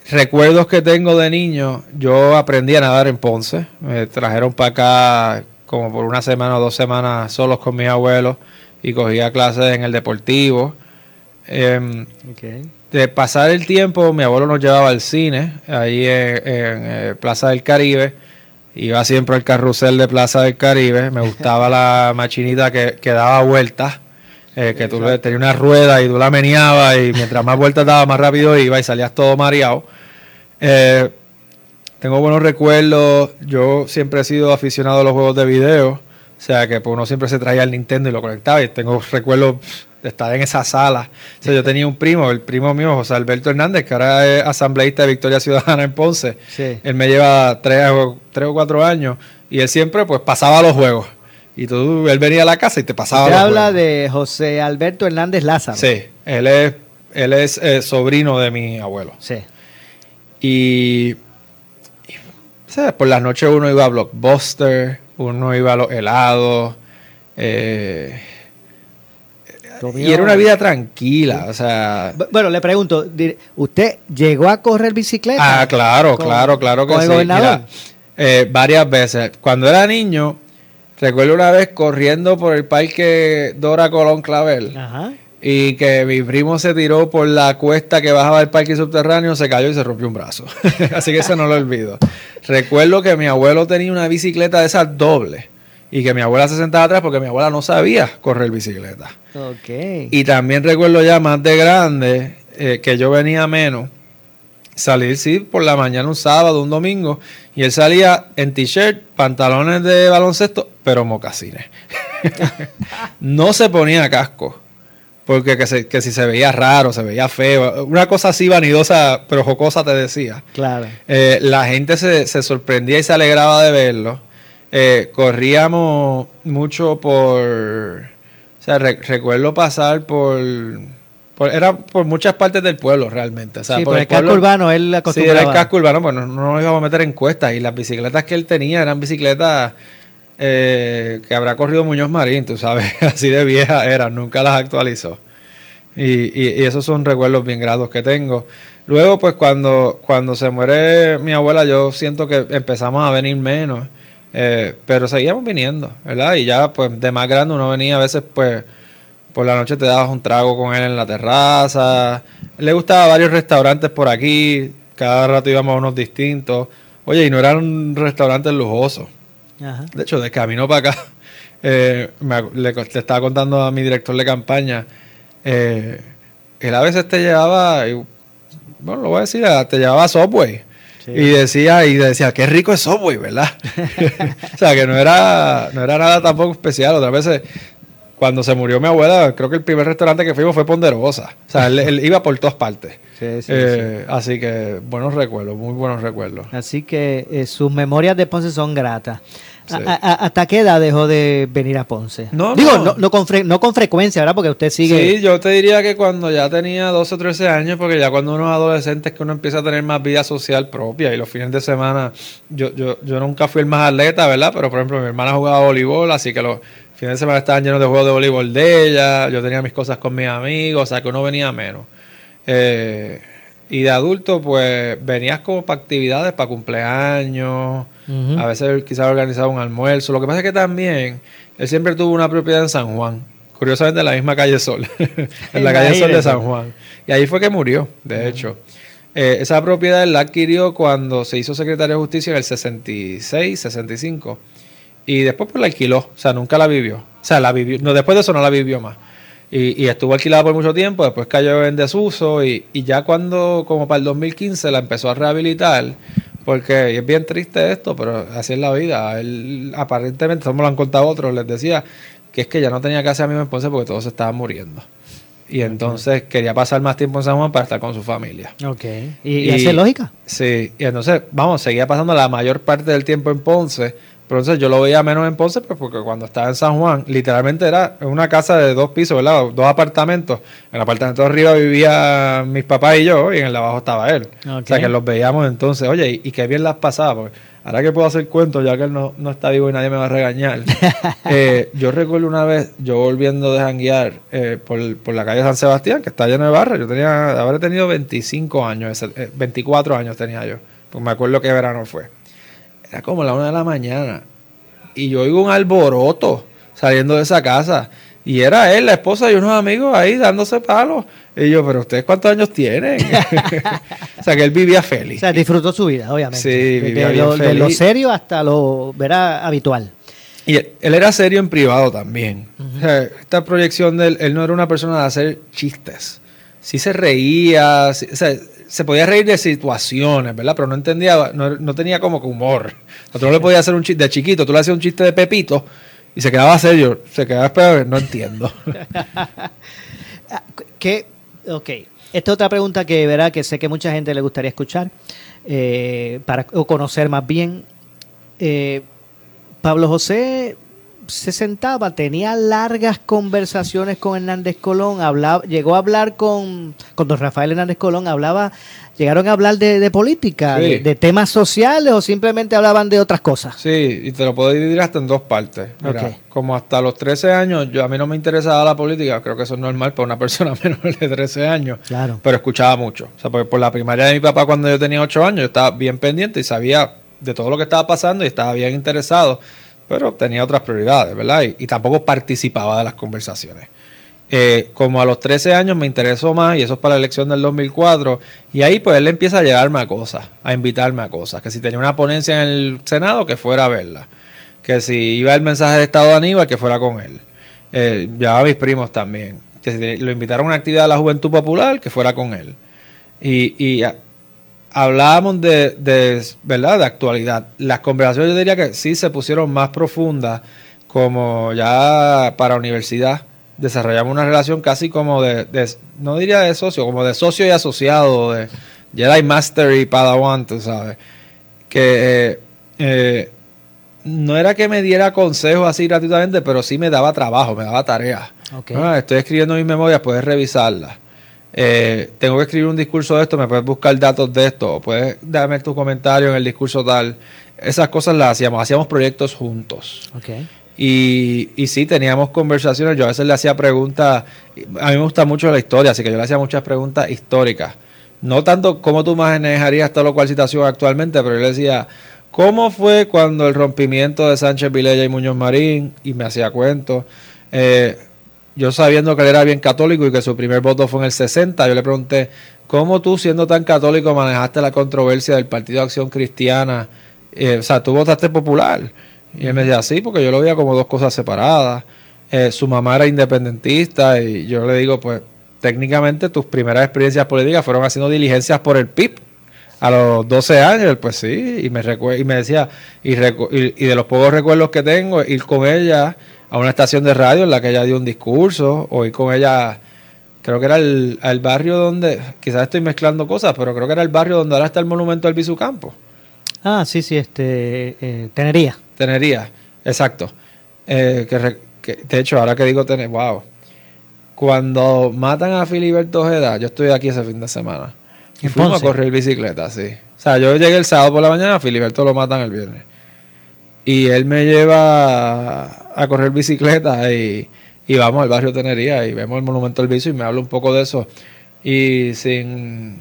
recuerdos que tengo de niño, yo aprendí a nadar en Ponce. Me trajeron para acá como por una semana o dos semanas solos con mis abuelos y cogía clases en el deportivo. Eh, okay. De pasar el tiempo, mi abuelo nos llevaba al cine, ahí en, en, en Plaza del Caribe. Iba siempre al carrusel de Plaza del Caribe. Me gustaba la machinita que, que daba vueltas. Eh, que tú le, tenías una rueda y tú la meneabas y mientras más vueltas daba, más rápido iba y salías todo mareado. Eh, tengo buenos recuerdos. Yo siempre he sido aficionado a los juegos de video. O sea que pues, uno siempre se traía el Nintendo y lo conectaba. Y tengo recuerdos de estar en esa sala. O sea, yo tenía un primo, el primo mío, José Alberto Hernández, que ahora es asambleísta de Victoria Ciudadana en Ponce. Sí. Él me lleva tres o, tres o cuatro años y él siempre pues pasaba los juegos. Y tú, él venía a la casa y te pasaba Usted los habla juegos. de José Alberto Hernández Lázaro. Sí, él es, él es eh, sobrino de mi abuelo. Sí. Y, y ¿sabes? Por las noches uno iba a Blockbuster, uno iba a los helados. Eh, y era una vida tranquila, o sea... Bueno, le pregunto, ¿usted llegó a correr bicicleta? Ah, claro, con, claro, claro que ¿con el sí. gobernador? Mira, eh, varias veces. Cuando era niño, recuerdo una vez corriendo por el parque Dora Colón Clavel. Ajá. Y que mi primo se tiró por la cuesta que bajaba del parque subterráneo, se cayó y se rompió un brazo. Así que eso no lo olvido. Recuerdo que mi abuelo tenía una bicicleta de esas dobles. Y que mi abuela se sentaba atrás porque mi abuela no sabía correr bicicleta. Okay. Y también recuerdo ya más de grande, eh, que yo venía menos, salir sí por la mañana un sábado, un domingo, y él salía en t-shirt, pantalones de baloncesto, pero mocasines. No se ponía casco, porque que, se, que si se veía raro, se veía feo, una cosa así vanidosa, pero jocosa te decía. Claro. Eh, la gente se, se sorprendía y se alegraba de verlo. Eh, corríamos mucho por, o sea, re, recuerdo pasar por, por, era por muchas partes del pueblo realmente. O sea, sí, por, por el, el casco pueblo, urbano él acostumbraba. Sí, era el casco urbano, pues no, no nos íbamos a meter en cuestas y las bicicletas que él tenía eran bicicletas eh, que habrá corrido Muñoz Marín, tú sabes, así de viejas eran, nunca las actualizó. Y, y, y esos son recuerdos bien gratos que tengo. Luego, pues cuando, cuando se muere mi abuela, yo siento que empezamos a venir menos. Eh, pero seguíamos viniendo, ¿verdad? Y ya pues de más grande uno venía a veces pues por la noche te dabas un trago con él en la terraza. Le gustaba varios restaurantes por aquí, cada rato íbamos a unos distintos. Oye, y no eran restaurantes lujosos. Ajá. De hecho, de camino para acá, eh, me, le, le estaba contando a mi director de campaña, eh, él a veces te llevaba, y, bueno, lo voy a decir, te llevaba a Subway. Sí. Y decía, y decía, qué rico es Subway, ¿verdad? O sea, que no era, no era nada tampoco especial. Otras veces, cuando se murió mi abuela, creo que el primer restaurante que fuimos fue Ponderosa. O sea, él, él iba por todas partes. Sí, sí, eh, sí. Así que buenos recuerdos, muy buenos recuerdos. Así que eh, sus memorias de Ponce son gratas. Sí. A, a, ¿Hasta qué edad dejó de venir a Ponce? No, Digo, no. No, no, con fre no con frecuencia, ¿verdad? Porque usted sigue... Sí, yo te diría que cuando ya tenía doce o trece años, porque ya cuando uno es adolescente es que uno empieza a tener más vida social propia y los fines de semana, yo, yo, yo nunca fui el más atleta, ¿verdad? Pero por ejemplo mi hermana jugaba voleibol, así que los fines de semana estaban llenos de juegos de voleibol de ella, yo tenía mis cosas con mis amigos, o sea que uno venía menos. Eh... Y de adulto, pues, venías como para actividades, para cumpleaños, uh-huh. A veces quizás organizaba un almuerzo. Lo que pasa es que también, él siempre tuvo una propiedad en San Juan, curiosamente en la misma calle Sol, en la calle Sol de San Juan. Y ahí fue que murió, de uh-huh. hecho. Eh, esa propiedad él la adquirió cuando se hizo secretario de Justicia en el sesenta y seis, sesenta y cinco. Y después pues la alquiló, o sea, nunca la vivió. O sea, la vivió, no, después de eso no la vivió más. Y, y estuvo alquilada por mucho tiempo, después cayó en desuso y, y ya cuando, como para el dos mil quince, la empezó a rehabilitar, porque es bien triste esto, pero así es la vida. Él, aparentemente, eso me lo han contado otros, les decía que es que ya no tenía casa mismo en Ponce porque todos se estaban muriendo. Y entonces okay. quería pasar más tiempo en San Juan para estar con su familia. Ok. ¿Y, y, y hace lógica? Sí. Y entonces, vamos, seguía pasando la mayor parte del tiempo en Ponce. Pero entonces yo lo veía menos en Ponce, pues porque cuando estaba en San Juan, literalmente era una casa de dos pisos, ¿verdad? Dos apartamentos. En el apartamento de arriba vivía mis papás y yo, y en el de abajo estaba él. Okay. O sea que los veíamos entonces, oye, y, y qué bien las pasaba, porque ahora que puedo hacer cuentos, ya que él no, no está vivo y nadie me va a regañar. eh, yo recuerdo una vez, yo volviendo de janguear eh, por, por la calle San Sebastián, que está lleno de barras. Yo tenía, habré tenido veinticinco años, eh, veinticuatro años tenía yo. Pues me acuerdo qué verano fue. Era como la una de la mañana. Y yo oigo un alboroto saliendo de esa casa. Y era él, la esposa y unos amigos ahí dándose palos. Y yo, pero ¿ustedes cuántos años tienen? O sea, que él vivía feliz. O sea, disfrutó su vida, obviamente. Sí, vivía de, bien lo, feliz. de lo serio hasta lo, verá, habitual. Y él, él era serio en privado también. Uh-huh. O sea, esta proyección de él, él no era una persona de hacer chistes. Sí se reía, sí, o sea, se podía reír de situaciones, ¿verdad? Pero no entendía, no, no tenía como que humor. O sea, tú no le podías hacer un chiste de chiquito, tú le hacías un chiste de Pepito y se quedaba serio, se quedaba esperando, no entiendo. ¿Qué? Ok. Esta es otra pregunta que verá que sé que mucha gente le gustaría escuchar, eh, para, o conocer más bien. Eh, Pablo José se sentaba, tenía largas conversaciones con Hernández Colón, hablaba, llegó a hablar con, con don Rafael Hernández Colón, hablaba, llegaron a hablar de, de política, sí. de, de temas sociales, o simplemente hablaban de otras cosas. Sí, y te lo puedo dividir hasta en dos partes. Mira, okay. Como hasta los trece años, yo a mí no me interesaba la política, creo que eso es normal para una persona menor de trece años, claro. Pero escuchaba mucho. O sea, porque por la primaria de mi papá cuando yo tenía ocho años, yo estaba bien pendiente y sabía de todo lo que estaba pasando y estaba bien interesado, pero tenía otras prioridades, ¿verdad? Y, y tampoco participaba de las conversaciones. Eh, como a los trece años me interesó más, y eso es para la elección del dos mil cuatro, y ahí pues él empieza a llegarme a cosas, a invitarme a cosas, que si tenía una ponencia en el Senado, que fuera a verla, que si iba el mensaje de Estado de Aníbal, que fuera con él, eh, llevaba a mis primos también, que si lo invitaron a una actividad de la Juventud Popular, que fuera con él, y, y a, hablábamos de, de, ¿verdad?, de actualidad. Las conversaciones yo diría que sí se pusieron más profundas, como ya para universidad desarrollamos una relación casi como de, de no diría de socio, como de socio y asociado, de Jedi Master y Padawan, tú sabes, que eh, eh, no era que me diera consejos así gratuitamente, pero sí me daba trabajo, me daba tareas. Okay. Ah, estoy escribiendo mis memorias, puedes revisarlas. Eh, tengo que escribir un discurso de esto, me puedes buscar datos de esto, o puedes darme tu comentario en el discurso tal. Esas cosas las hacíamos, hacíamos proyectos juntos. Okay. Y, y sí, teníamos conversaciones, yo a veces le hacía preguntas, a mí me gusta mucho la historia, así que yo le hacía muchas preguntas históricas. No tanto cómo tú manejarías tal o cual situación actualmente, pero yo le decía, ¿cómo fue cuando el rompimiento de Sánchez Vilella y Muñoz Marín? Y me hacía cuentos. Eh, Yo sabiendo que él era bien católico y que su primer voto fue en el sesenta, yo le pregunté, ¿cómo tú siendo tan católico manejaste la controversia del Partido de Acción Cristiana? Eh, o sea, tú votaste popular. Y él me decía, sí, porque yo lo veía como dos cosas separadas. Eh, su mamá era independentista y yo le digo, pues, técnicamente tus primeras experiencias políticas fueron haciendo diligencias por el P I B. A los doce años, pues sí, y me, recu- y me decía, y, recu- y, y de los pocos recuerdos que tengo, ir con ella a una estación de radio en la que ella dio un discurso, o ir con ella, creo que era el, el barrio donde, quizás estoy mezclando cosas, pero creo que era el barrio donde ahora está el monumento al Bisucampo. Ah, sí, sí, este, eh, Tenería. Tenería, exacto. Eh, que, re, que de hecho, ahora que digo Tenería, wow. Cuando matan a Filiberto Ojeda, yo estoy aquí ese fin de semana, y fuimos Ponce a correr bicicleta, sí. O sea, yo llegué el sábado por la mañana, a Filiberto lo matan el viernes. Y él me lleva a correr bicicleta y, y vamos al barrio Tenería y vemos el monumento al Bisu y me habla un poco de eso. Y sin...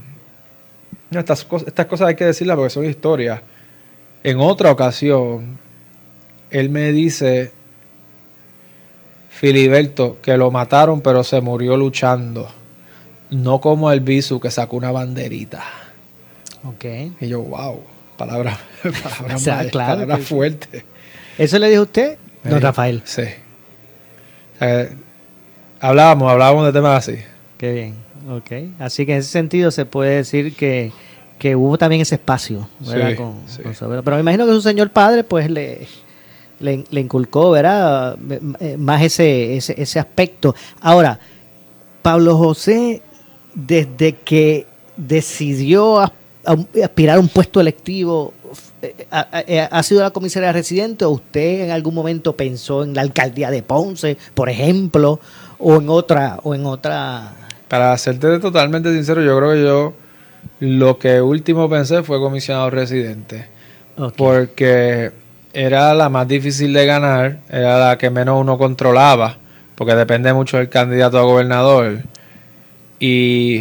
No, estas, cosas, estas cosas hay que decirlas porque son historias. En otra ocasión, él me dice, Filiberto, que lo mataron pero se murió luchando. No como el Bisu que sacó una banderita. Ok. Y yo, wow. Palabras palabra o sea, claro, palabra fuertes. ¿Eso le dijo usted, don dijo, Rafael? Sí. Eh, hablábamos, hablábamos de temas así. Qué bien, ok. Así que en ese sentido se puede decir que, que hubo también ese espacio, ¿verdad? Sí, con, sí. con su, pero me imagino que su señor padre pues le, le, le inculcó, ¿verdad? Más ese, ese, ese aspecto. Ahora, Pablo José, desde que decidió aspirar a un puesto electivo, ¿ha, ha, ha sido la comisaría residente o usted en algún momento pensó en la alcaldía de Ponce, por ejemplo, o en otra o en otra? Para serte totalmente sincero, yo creo que yo lo que último pensé fue comisionado residente, Okay. Porque era la más difícil de ganar, era la que menos uno controlaba, porque depende mucho del candidato a gobernador. Y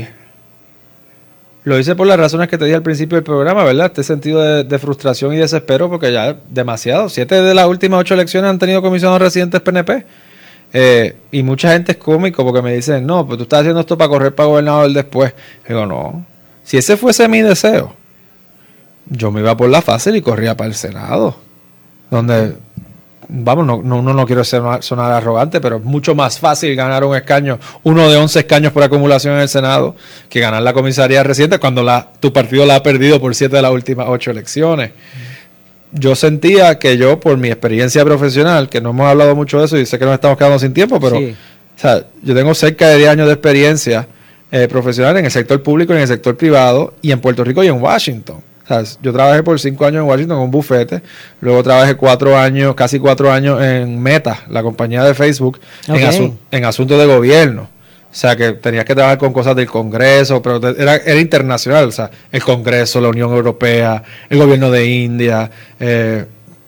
lo hice por las razones que te dije al principio del programa, ¿verdad? Este sentido de, de frustración y desespero, porque ya es demasiado. Siete de las últimas ocho elecciones han tenido comisionados residentes P N P. Eh, y mucha gente es cómico porque me dicen, no, pues tú estás haciendo esto para correr para gobernador después. Digo, no. Si ese fuese mi deseo, yo me iba por la fácil y corría para el Senado. Donde, vamos, no, no, no, no quiero sonar, sonar arrogante, pero es mucho más fácil ganar un escaño, uno de once escaños por acumulación en el Senado, que ganar la comisaría residente cuando la, tu partido la ha perdido por siete de las últimas ocho elecciones. Yo sentía que yo, por mi experiencia profesional, que no hemos hablado mucho de eso y sé que nos estamos quedando sin tiempo, pero sí. O sea, yo tengo cerca de diez años de experiencia eh, profesional en el sector público, en el sector privado y en Puerto Rico y en Washington. O sea, yo trabajé por cinco años en Washington en un bufete, luego trabajé cuatro años, casi cuatro años en Meta, la compañía de Facebook, okay. en, asu- en asuntos de gobierno. O sea, que tenías que trabajar con cosas del Congreso, pero era, era internacional. O sea, el Congreso, la Unión Europea, el gobierno de India, eh,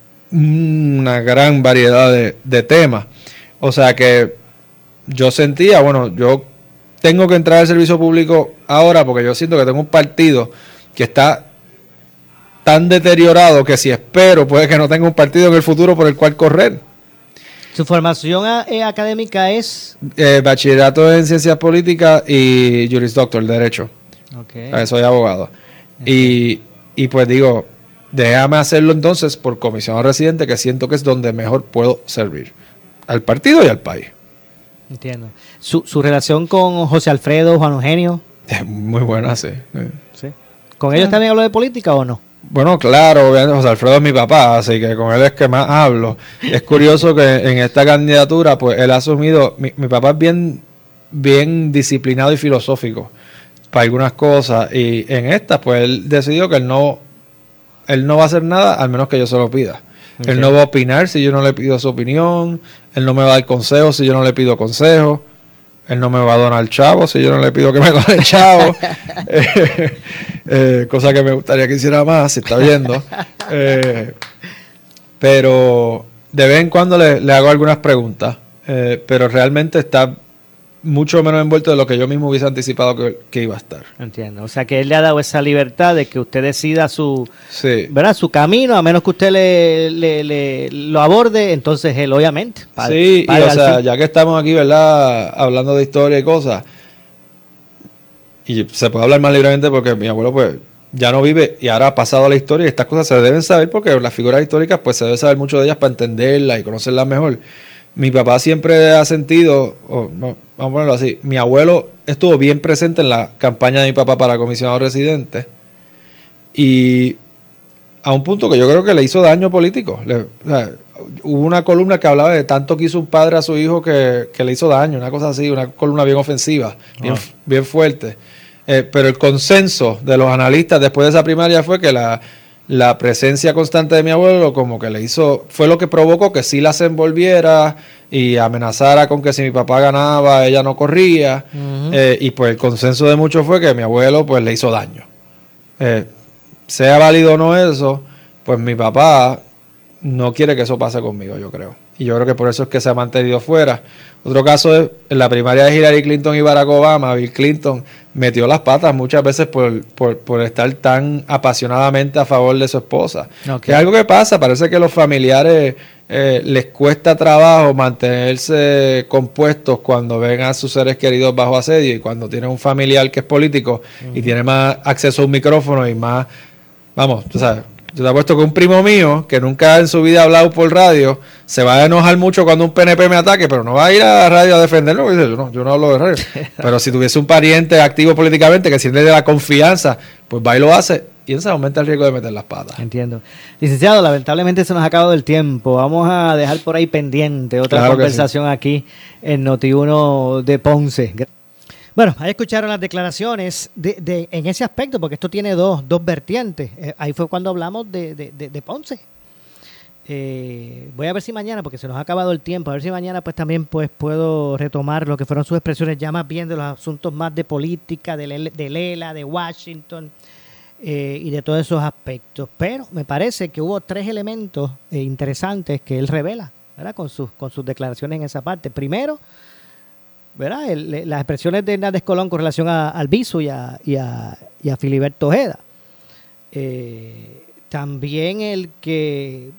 una gran variedad de, de temas. O sea, que yo sentía, bueno, yo tengo que entrar al servicio público ahora porque yo siento que tengo un partido que está tan deteriorado que si espero puede que no tenga un partido en el futuro por el cual correr. ¿Su formación eh, académica es? Eh, bachillerato en Ciencias Políticas y Juris Doctor, Derecho. Okay. O sea, soy abogado. Okay. Y, y pues digo, déjame hacerlo entonces por comisionado residente, que siento que es donde mejor puedo servir al partido y al país. Entiendo. ¿Su, su relación con José Alfredo, Juan Eugenio? Es muy buena, sí. ¿Sí? ¿Con ellos también hablo de política o no? Bueno, claro, obviamente José Alfredo es mi papá, así que con él es que más hablo. Es curioso que en esta candidatura, pues él ha asumido, mi, mi papá es bien, bien disciplinado y filosófico para algunas cosas, y en esta, pues él decidió que él no, él no va a hacer nada al menos que yo se lo pida. Okay. Él no va a opinar si yo no le pido su opinión, él no me va a dar consejos si yo no le pido consejos. Él no me va a donar chavo si yo no le pido que me done chavo. eh, eh, cosa que me gustaría que hiciera más, si está viendo. Eh, pero de vez en cuando le, le hago algunas preguntas. Eh, pero realmente está mucho menos envuelto de lo que yo mismo hubiese anticipado que, que iba a estar. Entiendo. O sea, que él le ha dado esa libertad de que usted decida su, sí. ¿verdad? Su camino, a menos que usted le, le, le lo aborde, entonces él obviamente. Para, sí, para y o sea, fin. Ya que estamos aquí, ¿verdad? Hablando de historia y cosas, y se puede hablar más libremente porque mi abuelo pues ya no vive y ahora ha pasado a la historia, y estas cosas se deben saber porque las figuras históricas pues se debe saber mucho de ellas para entenderlas y conocerlas mejor. Mi papá siempre ha sentido, oh, no, vamos a ponerlo así, mi abuelo estuvo bien presente en la campaña de mi papá para comisionado residente, y a un punto que yo creo que le hizo daño político. Le, o sea, hubo una columna que hablaba de tanto que hizo un padre a su hijo que, que le hizo daño, una cosa así, una columna bien ofensiva, bien, oh. bien fuerte. Eh, pero el consenso de los analistas después de esa primaria fue que la... La presencia constante de mi abuelo como que le hizo, fue lo que provocó que sí la se envolviera y amenazara con que si mi papá ganaba, ella no corría. Uh-huh. Eh, y pues el consenso de muchos fue que mi abuelo pues le hizo daño. Eh, sea válido o no eso, pues mi papá no quiere que eso pase conmigo, yo creo. Y yo creo que por eso es que se ha mantenido fuera. Otro caso es en la primaria de Hillary Clinton y Barack Obama. Bill Clinton metió las patas muchas veces por, por, por estar tan apasionadamente a favor de su esposa. Okay. Que es algo que pasa, parece que a los familiares eh, les cuesta trabajo mantenerse compuestos cuando ven a sus seres queridos bajo asedio, y cuando tienen un familiar que es político uh-huh. y tiene más acceso a un micrófono y más, vamos, tú sabes. Yo te apuesto que un primo mío, que nunca en su vida ha hablado por radio, se va a enojar mucho cuando un P N P me ataque, pero no va a ir a la radio a defenderlo, porque dice, yo no, yo no hablo de radio. Pero si tuviese un pariente activo políticamente que siente de la confianza, pues va y lo hace, y eso aumenta el riesgo de meter las patas. Entiendo. Licenciado, lamentablemente se nos ha acabado el tiempo. Vamos a dejar por ahí pendiente otra claro conversación sí. aquí en Noti uno de Ponce. Bueno, ahí escucharon las declaraciones de, de, en ese aspecto, porque esto tiene dos, dos vertientes. Eh, ahí fue cuando hablamos de, de, de, de Ponce. Eh, voy a ver si mañana, porque se nos ha acabado el tiempo, a ver si mañana pues también pues puedo retomar lo que fueron sus expresiones ya más bien de los asuntos más de política, de, de Lela, de Washington. eh, y de todos esos aspectos. Pero me parece que hubo tres elementos eh, interesantes que él revela, ¿verdad? Con sus, con sus declaraciones en esa parte. Primero, ¿verdad? El, las expresiones de Hernández Colón con relación a Albizu y a, y a, y a Filiberto Ojeda. Eh, también el que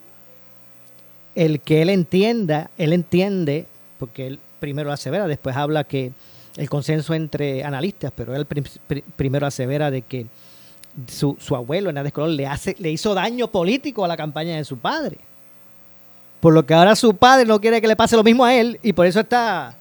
el que él entienda, él entiende, porque él primero asevera, después habla que el consenso entre analistas, pero él prim, prim, primero asevera de que su, su abuelo Hernández Colón le hace, le hizo daño político a la campaña de su padre. Por lo que ahora su padre no quiere que le pase lo mismo a él, y por eso está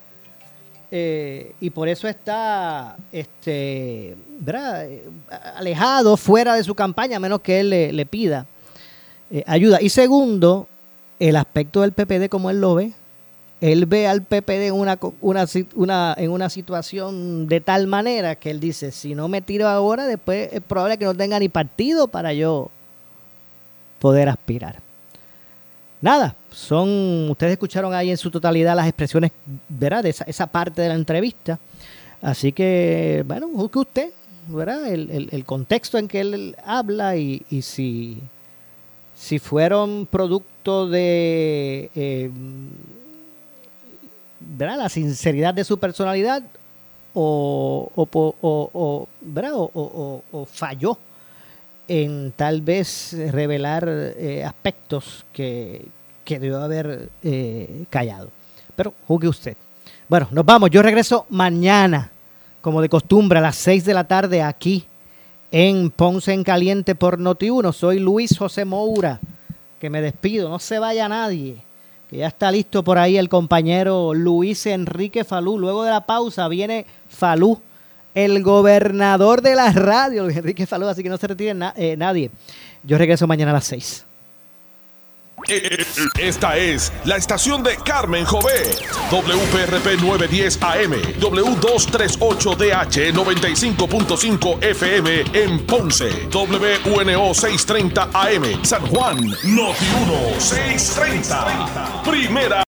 eh, y por eso está este, ¿verdad? alejado, fuera de su campaña, a menos que él le, le pida eh, ayuda. Y segundo, el aspecto del P P D como él lo ve. Él ve al P P D en una, una, una, en una situación de tal manera que él dice, si no me tiro ahora, después es probable que no tenga ni partido para yo poder aspirar. Nada, son, ustedes escucharon ahí en su totalidad las expresiones, ¿verdad? De esa, esa parte de la entrevista. Así que, bueno, juzgue usted, ¿verdad? El, el, el contexto en que él habla y, y si, si fueron producto de... Eh, ¿verdad? La sinceridad de su personalidad o, o, o, o, ¿verdad? o, o, o falló en tal vez revelar eh, aspectos que, que debió haber eh, callado. Pero juzgue usted. Bueno, nos vamos. Yo regreso mañana, como de costumbre, a las seis de la tarde aquí en Ponce en Caliente por Noti uno. Soy Luis José Moura, que me despido. No se vaya nadie, que ya está listo por ahí el compañero Luis Enrique Falú. Luego de la pausa viene Falú, el gobernador de la radio, Luis Enrique Falú, así que no se retire na- eh, nadie. Yo regreso mañana a las seis. Esta es la estación de Carmen Jové, W P R P novecientos diez A M, W doscientos treinta y ocho D H noventa y cinco punto cinco F M en Ponce, W U N O seiscientos treinta A M, San Juan, Noti uno seiscientos treinta, primera.